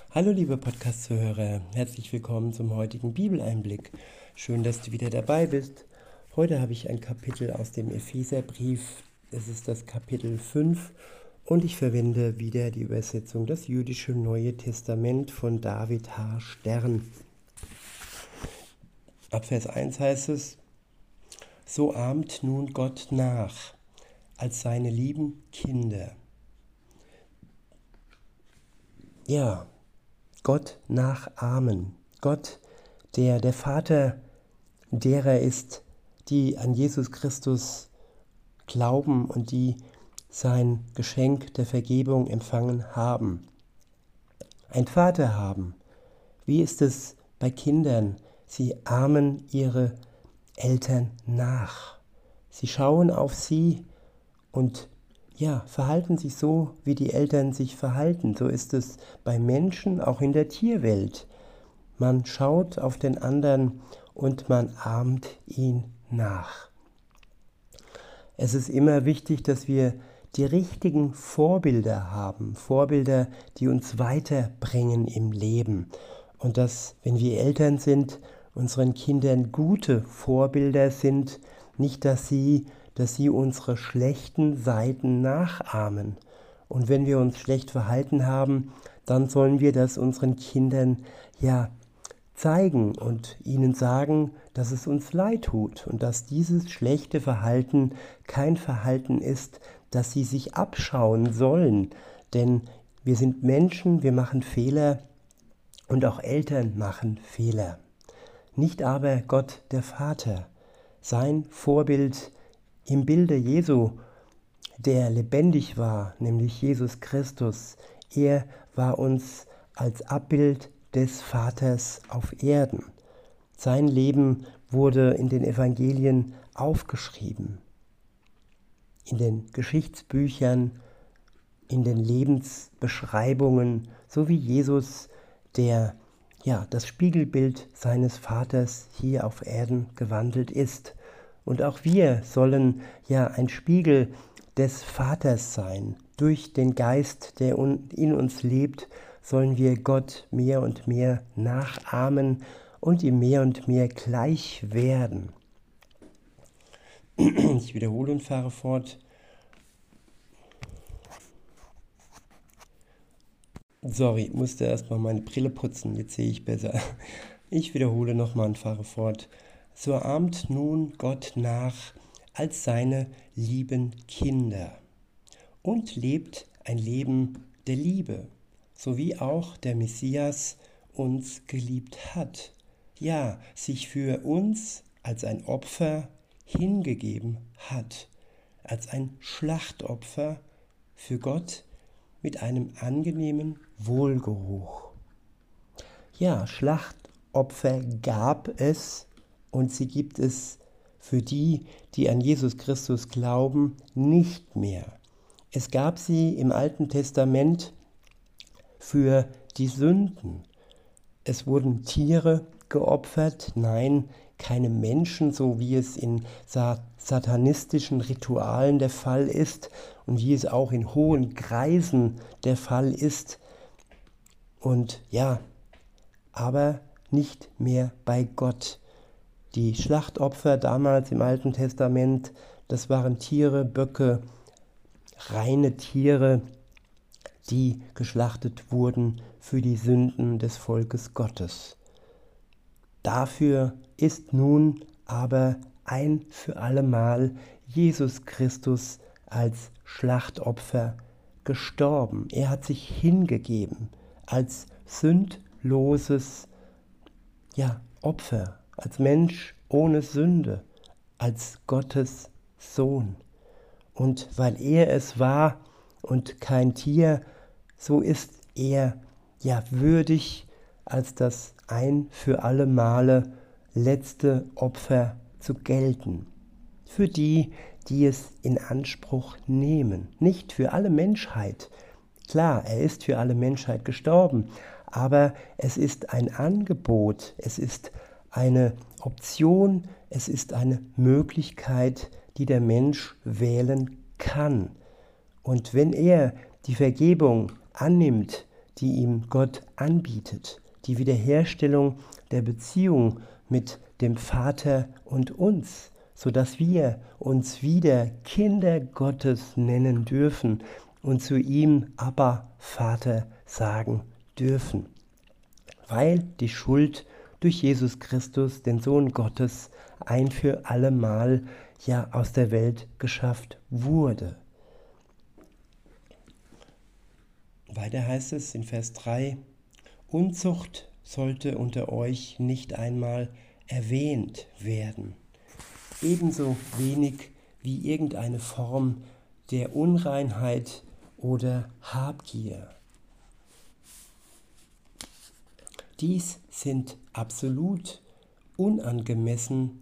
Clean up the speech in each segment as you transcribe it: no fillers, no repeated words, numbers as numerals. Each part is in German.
Hallo liebe Podcast-Zuhörer, herzlich willkommen zum heutigen Bibeleinblick. Schön, dass du wieder dabei bist. Heute habe ich ein Kapitel aus dem Epheserbrief. Es ist das Kapitel 5 und ich verwende wieder die Übersetzung Das jüdische Neue Testament von David H. Stern. Ab Vers 1 heißt es: So ahmt nun Gott nach, als seine lieben Kinder. Ja, Gott nachahmen. Gott, der Vater derer ist, die an Jesus Christus glauben und die sein Geschenk der Vergebung empfangen haben. Ein Vater haben. Wie ist es bei Kindern? Sie ahmen ihre Eltern nach. Sie schauen auf sie und verhalten sich so, wie die Eltern sich verhalten. So ist es bei Menschen, auch in der Tierwelt. Man schaut auf den anderen und man ahmt ihn nach. Es ist immer wichtig, dass wir die richtigen Vorbilder haben. Vorbilder, die uns weiterbringen im Leben. Und dass, wenn wir Eltern sind, unseren Kindern gute Vorbilder sind, nicht, dass sie unsere schlechten Seiten nachahmen. Und wenn wir uns schlecht verhalten haben, dann sollen wir das unseren Kindern zeigen und ihnen sagen, dass es uns leid tut und dass dieses schlechte Verhalten kein Verhalten ist, das sie sich abschauen sollen. Denn wir sind Menschen, wir machen Fehler und auch Eltern machen Fehler. Nicht aber Gott der Vater, sein Vorbild im Bilde Jesu, der lebendig war, nämlich Jesus Christus. Er war uns als Abbild des Vaters auf Erden. Sein Leben wurde in den Evangelien aufgeschrieben, in den Geschichtsbüchern, in den Lebensbeschreibungen, so wie Jesus, der das Spiegelbild seines Vaters hier auf Erden gewandelt ist. Und auch wir sollen ein Spiegel des Vaters sein. Durch den Geist, der in uns lebt, sollen wir Gott mehr und mehr nachahmen und ihm mehr und mehr gleich werden. Ich wiederhole und fahre fort. Sorry, musste erstmal meine Brille putzen, jetzt sehe ich besser. Ich wiederhole nochmal und fahre fort. So ahmt nun Gott nach als seine lieben Kinder und lebt ein Leben der Liebe, so wie auch der Messias uns geliebt hat, sich für uns als ein Opfer hingegeben hat, als ein Schlachtopfer für Gott mit einem angenehmen Wohlgeruch. Ja, Schlachtopfer gab es und sie gibt es für die, die an Jesus Christus glauben, nicht mehr. Es gab sie im Alten Testament für die Sünden. Es wurden Tiere geopfert, nein, keine Menschen, so wie es in satanistischen Ritualen der Fall ist und wie es auch in hohen Kreisen der Fall ist. Und aber nicht mehr bei Gott. Die Schlachtopfer damals im Alten Testament, das waren Tiere, Böcke, reine Tiere, die geschlachtet wurden für die Sünden des Volkes Gottes. Dafür ist nun aber ein für allemal Jesus Christus als Schlachtopfer gestorben. Er hat sich hingegeben als sündloses Opfer, als Mensch ohne Sünde, als Gottes Sohn. Und weil er es war und kein Tier, so ist er würdig, als das ein für alle Male letzte Opfer zu gelten. Für die, die es in Anspruch nehmen, nicht für alle Menschheit. Klar, er ist für alle Menschheit gestorben, aber es ist ein Angebot, es ist eine Option, es ist eine Möglichkeit, die der Mensch wählen kann. Und wenn er die Vergebung annimmt, die ihm Gott anbietet. Die Wiederherstellung der Beziehung mit dem Vater und uns, sodass wir uns wieder Kinder Gottes nennen dürfen und zu ihm Abba, Vater sagen dürfen, weil die Schuld durch Jesus Christus, den Sohn Gottes, ein für allemal aus der Welt geschafft wurde. Weiter heißt es in Vers 3, Unzucht sollte unter euch nicht einmal erwähnt werden, ebenso wenig wie irgendeine Form der Unreinheit oder Habgier. Dies sind absolut unangemessen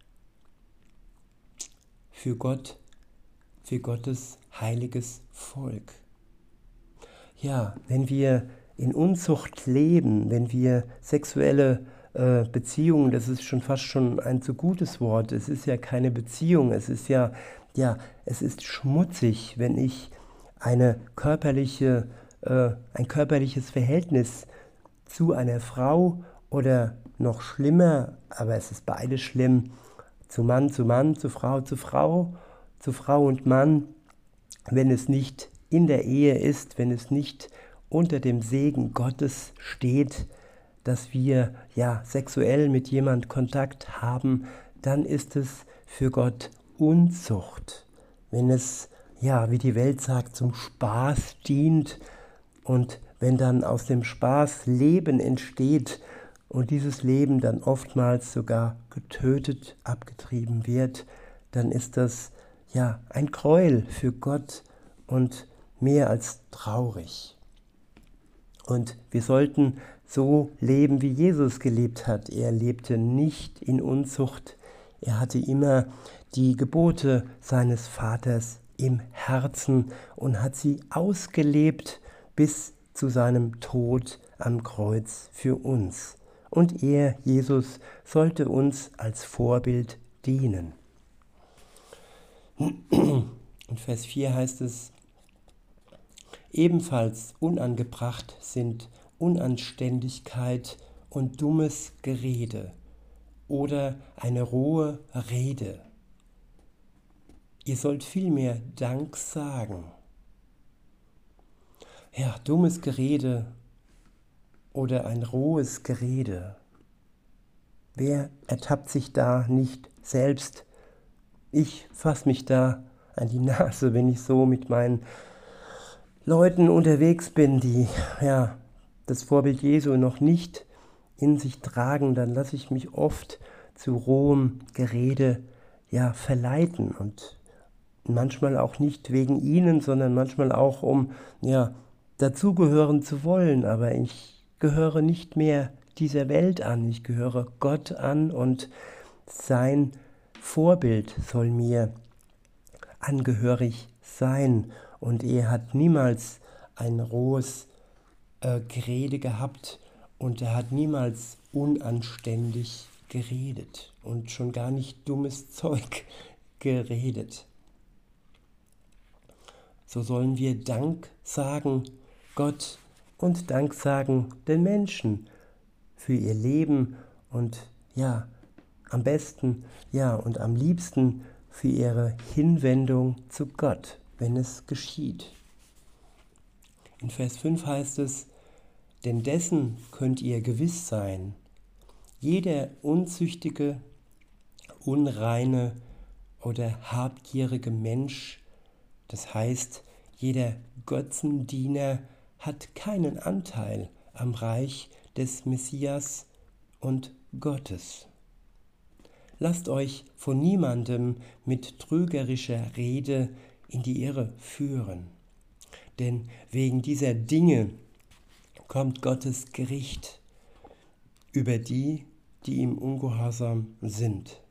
für Gott, für Gottes heiliges Volk. Ja, wenn wir in Unzucht leben, wenn wir sexuelle Beziehungen, das ist schon fast schon ein zu gutes Wort, es ist ja keine Beziehung, es ist es ist schmutzig, wenn ich ein körperliches Verhältnis zu einer Frau oder noch schlimmer, aber es ist beides schlimm, zu Mann, zu Frau, zu Frau und Mann, wenn es nicht in der Ehe ist, wenn es nicht unter dem Segen Gottes steht, dass wir sexuell mit jemand Kontakt haben, dann ist es für Gott Unzucht. Wenn es, wie die Welt sagt, zum Spaß dient und wenn dann aus dem Spaß Leben entsteht und dieses Leben dann oftmals sogar getötet, abgetrieben wird, dann ist das ein Gräuel für Gott und mehr als traurig. Und wir sollten so leben, wie Jesus gelebt hat. Er lebte nicht in Unzucht. Er hatte immer die Gebote seines Vaters im Herzen und hat sie ausgelebt bis zu seinem Tod am Kreuz für uns. Und er, Jesus, sollte uns als Vorbild dienen. In Vers 4 heißt es, ebenfalls unangebracht sind Unanständigkeit und dummes Gerede oder eine rohe Rede. Ihr sollt vielmehr Dank sagen. Ja, dummes Gerede oder ein rohes Gerede. Wer ertappt sich da nicht selbst? Ich fasse mich da an die Nase, wenn ich so mit meinen Leuten unterwegs bin, die das Vorbild Jesu noch nicht in sich tragen, dann lasse ich mich oft zu rohem Gerede verleiten und manchmal auch nicht wegen ihnen, sondern manchmal auch um dazugehören zu wollen, aber ich gehöre nicht mehr dieser Welt an, ich gehöre Gott an und sein Vorbild soll mir angehörig sein und er hat niemals ein rohes Gerede gehabt und er hat niemals unanständig geredet und schon gar nicht dummes Zeug geredet. So sollen wir Dank sagen Gott und Dank sagen den Menschen für ihr Leben und am besten und am liebsten für ihre Hinwendung zu Gott, wenn es geschieht. In Vers 5 heißt es, denn dessen könnt ihr gewiss sein, jeder unzüchtige, unreine oder habgierige Mensch, das heißt, jeder Götzendiener hat keinen Anteil am Reich des Messias und Gottes. Lasst euch von niemandem mit trügerischer Rede in die Irre führen, denn wegen dieser Dinge kommt Gottes Gericht über die, die ihm ungehorsam sind.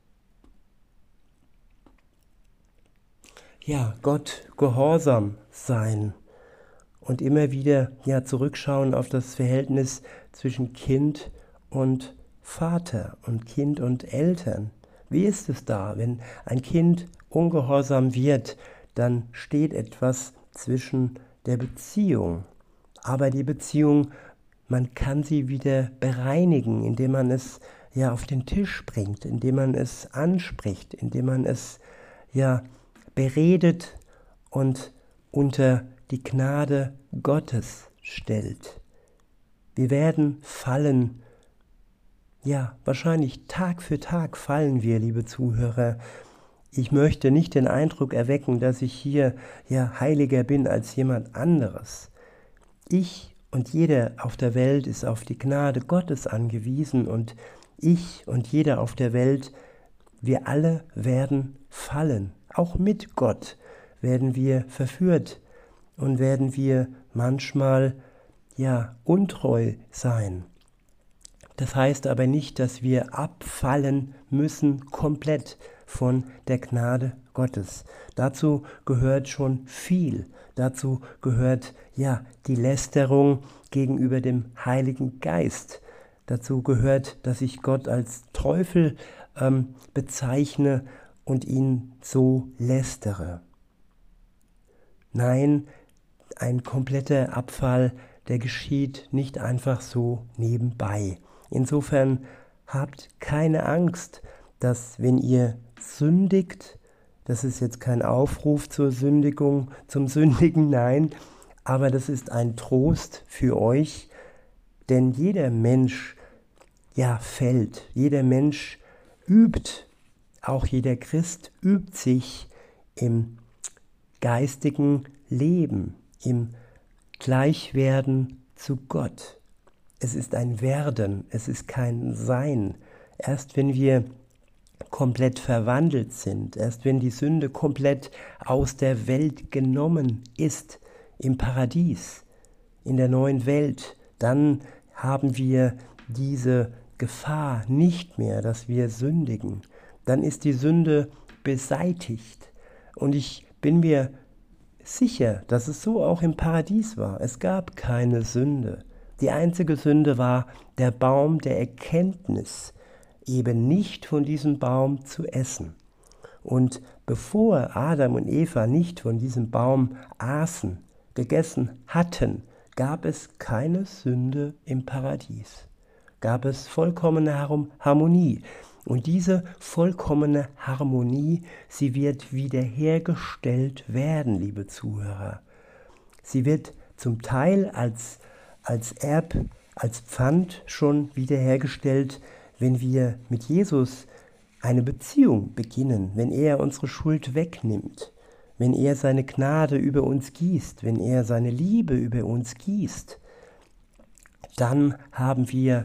Ja, Gott gehorsam sein und immer wieder zurückschauen auf das Verhältnis zwischen Kind und Vater und Kind und Eltern. Wie ist es da, wenn ein Kind ungehorsam wird, dann steht etwas zwischen der Beziehung. Aber die Beziehung, man kann sie wieder bereinigen, indem man es ja auf den Tisch bringt, indem man es anspricht, indem man es ja beredet und unter die Gnade Gottes stellt. Wir werden fallen, ja, wahrscheinlich Tag für Tag fallen wir, liebe Zuhörer. Ich möchte nicht den Eindruck erwecken, dass ich hier ja heiliger bin als jemand anderes. Ich und jeder auf der Welt ist auf die Gnade Gottes angewiesen und ich und jeder auf der Welt, wir alle werden fallen. Auch mit Gott werden wir verführt und werden wir manchmal ja untreu sein. Das heißt aber nicht, dass wir abfallen müssen komplett von der Gnade Gottes. Dazu gehört schon viel. Dazu gehört ja die Lästerung gegenüber dem Heiligen Geist. Dazu gehört, dass ich Gott als Teufel bezeichne und ihn so lästere. Nein, ein kompletter Abfall, der geschieht nicht einfach so nebenbei. Insofern habt keine Angst, dass wenn ihr sündigt, das ist jetzt kein Aufruf zur Sündigung, zum Sündigen, nein, aber das ist ein Trost für euch, denn jeder Mensch fällt, jeder Mensch übt, auch jeder Christ übt sich im geistigen Leben, im Gleichwerden zu Gott. Es ist ein Werden, es ist kein Sein. Erst wenn wir komplett verwandelt sind, erst wenn die Sünde komplett aus der Welt genommen ist, im Paradies, in der neuen Welt, dann haben wir diese Gefahr nicht mehr, dass wir sündigen. Dann ist die Sünde beseitigt. Und ich bin mir sicher, dass es so auch im Paradies war. Es gab keine Sünde. Die einzige Sünde war der Baum der Erkenntnis, eben nicht von diesem Baum zu essen. Und bevor Adam und Eva nicht von diesem Baum aßen, gegessen hatten, gab es keine Sünde im Paradies. Gab es vollkommene Harmonie. Und diese vollkommene Harmonie, sie wird wiederhergestellt werden, liebe Zuhörer. Sie wird zum Teil als als Pfand schon wiederhergestellt, wenn wir mit Jesus eine Beziehung beginnen, wenn er unsere Schuld wegnimmt, wenn er seine Gnade über uns gießt, wenn er seine Liebe über uns gießt. Dann haben wir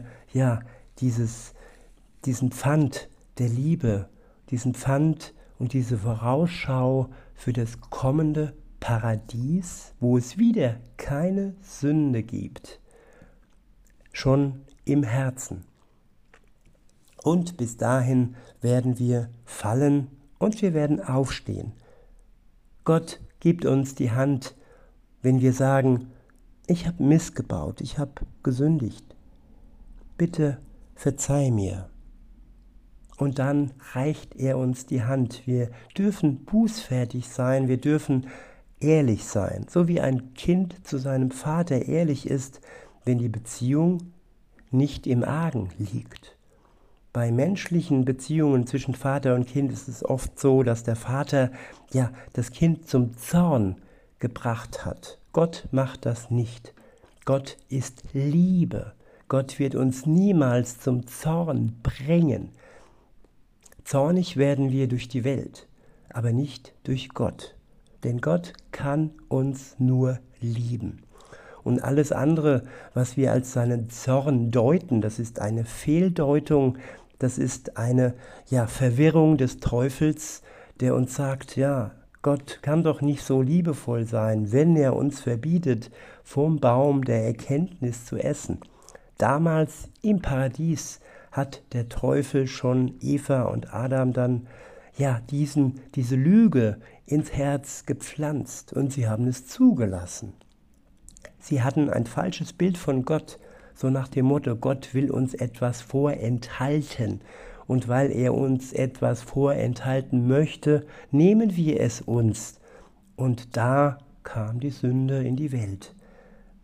diesen Pfand der Liebe, diesen Pfand und diese Vorausschau für das kommende Paradies, wo es wieder keine Sünde gibt, schon im Herzen. Und bis dahin werden wir fallen und wir werden aufstehen. Gott gibt uns die Hand, wenn wir sagen, ich habe Mist gebaut, ich habe gesündigt. Bitte verzeih mir. Und dann reicht er uns die Hand. Wir dürfen bußfertig sein, wir dürfen ehrlich sein. So wie ein Kind zu seinem Vater ehrlich ist, wenn die Beziehung nicht im Argen liegt. Bei menschlichen Beziehungen zwischen Vater und Kind ist es oft so, dass der Vater das Kind zum Zorn gebracht hat. Gott macht das nicht. Gott ist Liebe. Gott wird uns niemals zum Zorn bringen. Zornig werden wir durch die Welt, aber nicht durch Gott. Denn Gott kann uns nur lieben. Und alles andere, was wir als seinen Zorn deuten, das ist eine Fehldeutung, das ist eine Verwirrung des Teufels, der uns sagt, Gott kann doch nicht so liebevoll sein, wenn er uns verbietet, vom Baum der Erkenntnis zu essen. Damals im Paradies hat der Teufel schon Eva und Adam dann diese Lüge ins Herz gepflanzt und sie haben es zugelassen. Sie hatten ein falsches Bild von Gott, so nach dem Motto, Gott will uns etwas vorenthalten. Und weil er uns etwas vorenthalten möchte, nehmen wir es uns. Und da kam die Sünde in die Welt.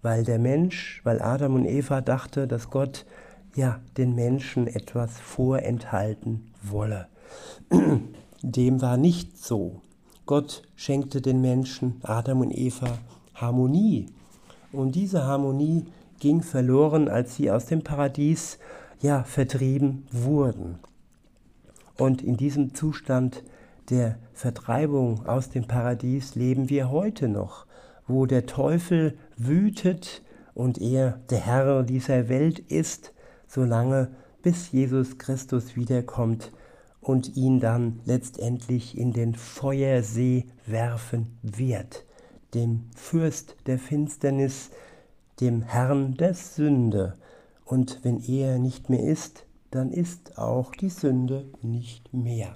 weil weil Adam und Eva dachte, dass Gott den Menschen etwas vorenthalten wolle. Dem war nicht so. Gott schenkte den Menschen, Adam und Eva, Harmonie. Und diese Harmonie ging verloren, als sie aus dem Paradies vertrieben wurden. Und in diesem Zustand der Vertreibung aus dem Paradies leben wir heute noch, wo der Teufel wütet und er der Herr dieser Welt ist, solange bis Jesus Christus wiederkommt und ihn dann letztendlich in den Feuersee werfen wird, dem Fürst der Finsternis, dem Herrn der Sünde. Und wenn er nicht mehr ist, dann ist auch die Sünde nicht mehr.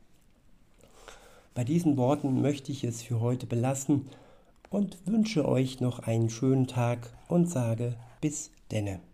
Bei diesen Worten möchte ich es für heute belassen und wünsche euch noch einen schönen Tag und sage bis denne.